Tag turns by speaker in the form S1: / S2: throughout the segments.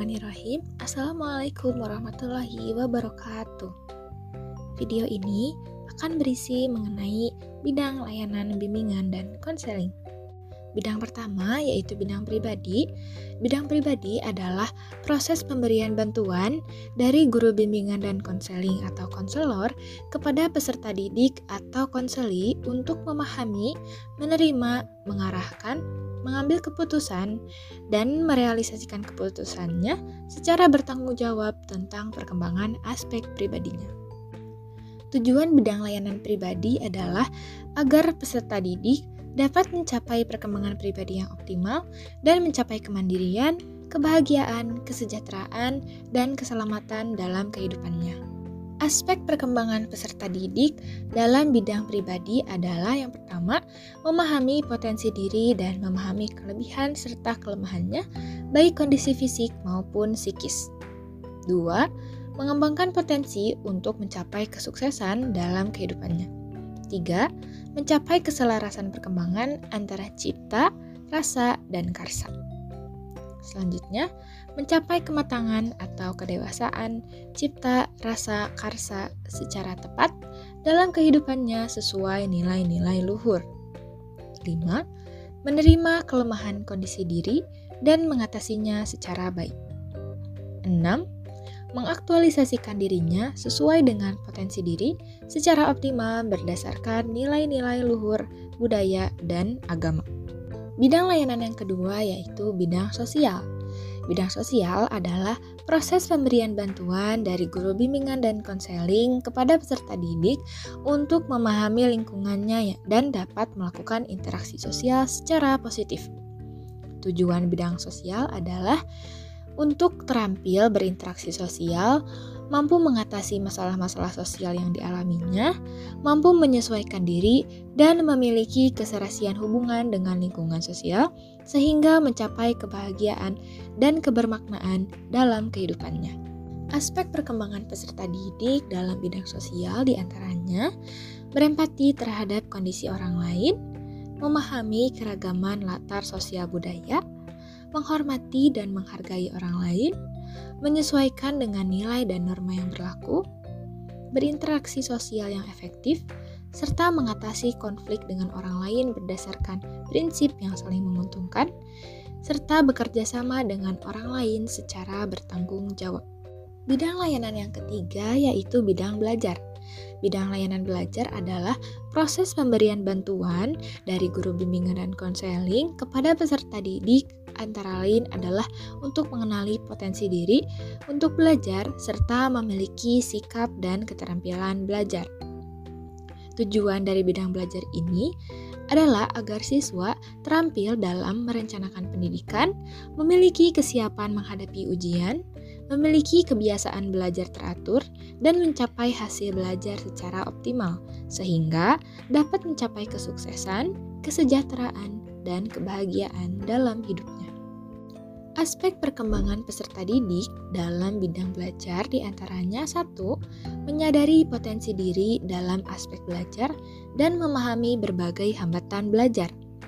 S1: Bismillahirrahmanirrahim. Assalamualaikum warahmatullahi wabarakatuh. Video ini akan berisi mengenai bidang layanan bimbingan dan konseling. Bidang pertama yaitu bidang pribadi. Bidang pribadi adalah proses pemberian bantuan dari guru bimbingan dan konseling atau konselor kepada peserta didik atau konseli untuk memahami, menerima, mengarahkan, mengambil keputusan, dan merealisasikan keputusannya secara bertanggung jawab tentang perkembangan aspek pribadinya. Tujuan bidang layanan pribadi adalah agar peserta didik dapat mencapai perkembangan pribadi yang optimal dan mencapai kemandirian, kebahagiaan, kesejahteraan, dan keselamatan dalam kehidupannya. Aspek perkembangan peserta didik dalam bidang pribadi adalah yang pertama, memahami potensi diri dan memahami kelebihan serta kelemahannya, baik kondisi fisik maupun psikis. 2. Mengembangkan potensi untuk mencapai kesuksesan dalam kehidupannya. 3. Mencapai keselarasan perkembangan antara cipta, rasa, dan karsa. Selanjutnya, mencapai kematangan atau kedewasaan cipta, rasa, karsa secara tepat dalam kehidupannya sesuai nilai-nilai luhur. 5. Menerima kelemahan kondisi diri dan mengatasinya secara baik. 6. Mengaktualisasikan dirinya sesuai dengan potensi diri secara optimal berdasarkan nilai-nilai luhur, budaya, dan agama. Bidang layanan yang kedua yaitu bidang sosial. Bidang sosial adalah proses pemberian bantuan dari guru bimbingan dan konseling kepada peserta didik untuk memahami lingkungannya dan dapat melakukan interaksi sosial secara positif. Tujuan bidang sosial adalah untuk terampil berinteraksi sosial, mampu mengatasi masalah-masalah sosial yang dialaminya, mampu menyesuaikan diri, dan memiliki keserasian hubungan dengan lingkungan sosial, sehingga mencapai kebahagiaan dan kebermaknaan dalam kehidupannya. Aspek perkembangan peserta didik dalam bidang sosial diantaranya berempati terhadap kondisi orang lain, memahami keragaman latar sosial budaya, menghormati dan menghargai orang lain, menyesuaikan dengan nilai dan norma yang berlaku, berinteraksi sosial yang efektif, serta mengatasi konflik dengan orang lain berdasarkan prinsip yang saling menguntungkan, serta bekerja sama dengan orang lain secara bertanggung jawab. Bidang layanan yang ketiga yaitu bidang belajar. Bidang layanan belajar adalah proses pemberian bantuan dari guru bimbingan dan konseling kepada peserta didik, antara lain adalah untuk mengenali potensi diri, untuk belajar, serta memiliki sikap dan keterampilan belajar. Tujuan dari bidang belajar ini adalah agar siswa terampil dalam merencanakan pendidikan, memiliki kesiapan menghadapi ujian, memiliki kebiasaan belajar teratur, dan mencapai hasil belajar secara optimal, sehingga dapat mencapai kesuksesan, kesejahteraan, dan kebahagiaan dalam hidupnya. Aspek perkembangan peserta didik dalam bidang belajar diantaranya 1. Menyadari potensi diri dalam aspek belajar dan memahami berbagai hambatan belajar.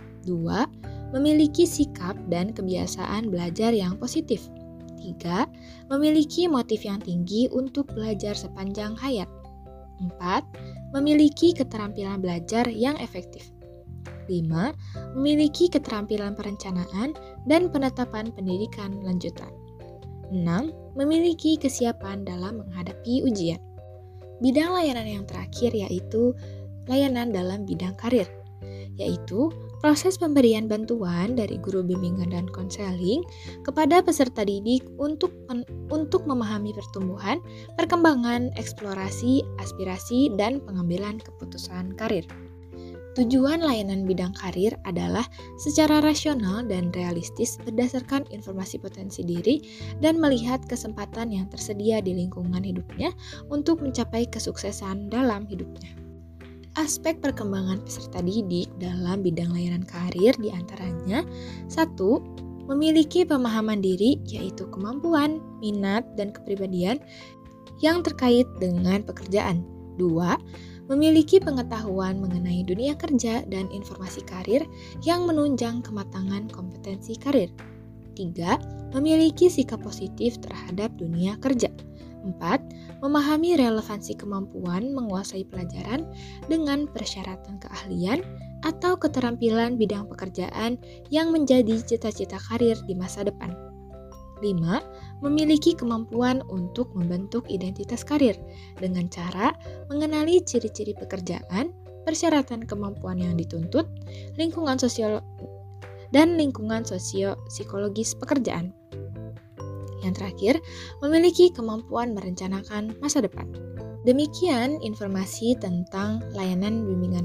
S1: 2. Memiliki sikap dan kebiasaan belajar yang positif. 3. Memiliki motif yang tinggi untuk belajar sepanjang hayat. 4. Memiliki keterampilan belajar yang efektif. 5. Memiliki keterampilan perencanaan dan penetapan pendidikan lanjutan. 6. Memiliki kesiapan dalam menghadapi ujian. Bidang layanan yang terakhir yaitu layanan dalam bidang karir, yaitu proses pemberian bantuan dari guru bimbingan dan konseling kepada peserta didik untuk memahami pertumbuhan, perkembangan, eksplorasi, aspirasi, dan pengambilan keputusan karir. Tujuan layanan bidang karir adalah secara rasional dan realistis berdasarkan informasi potensi diri dan melihat kesempatan yang tersedia di lingkungan hidupnya untuk mencapai kesuksesan dalam hidupnya. Aspek perkembangan peserta didik dalam bidang layanan karir diantaranya 1. Memiliki pemahaman diri yaitu kemampuan, minat, dan kepribadian yang terkait dengan pekerjaan. 2. Memiliki pengetahuan mengenai dunia kerja dan informasi karir yang menunjang kematangan kompetensi karir. 3. Memiliki sikap positif terhadap dunia kerja. 4. Memahami relevansi kemampuan menguasai pelajaran dengan persyaratan keahlian atau keterampilan bidang pekerjaan yang menjadi cita-cita karir di masa depan. 5. Memiliki kemampuan untuk membentuk identitas karir dengan cara mengenali ciri-ciri pekerjaan, persyaratan kemampuan yang dituntut, lingkungan sosial dan lingkungan sosio-psikologis pekerjaan. Yang terakhir, memiliki kemampuan merencanakan masa depan. Demikian informasi tentang layanan bimbingan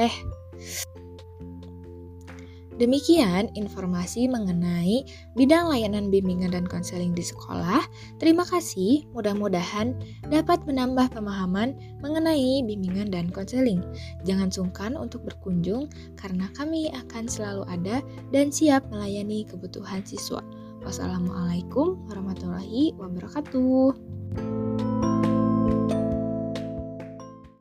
S1: Demikian informasi mengenai bidang layanan bimbingan dan konseling di sekolah. Terima kasih, mudah-mudahan dapat menambah pemahaman mengenai bimbingan dan konseling. Jangan sungkan untuk berkunjung karena kami akan selalu ada dan siap melayani kebutuhan siswa. Wassalamualaikum warahmatullahi wabarakatuh.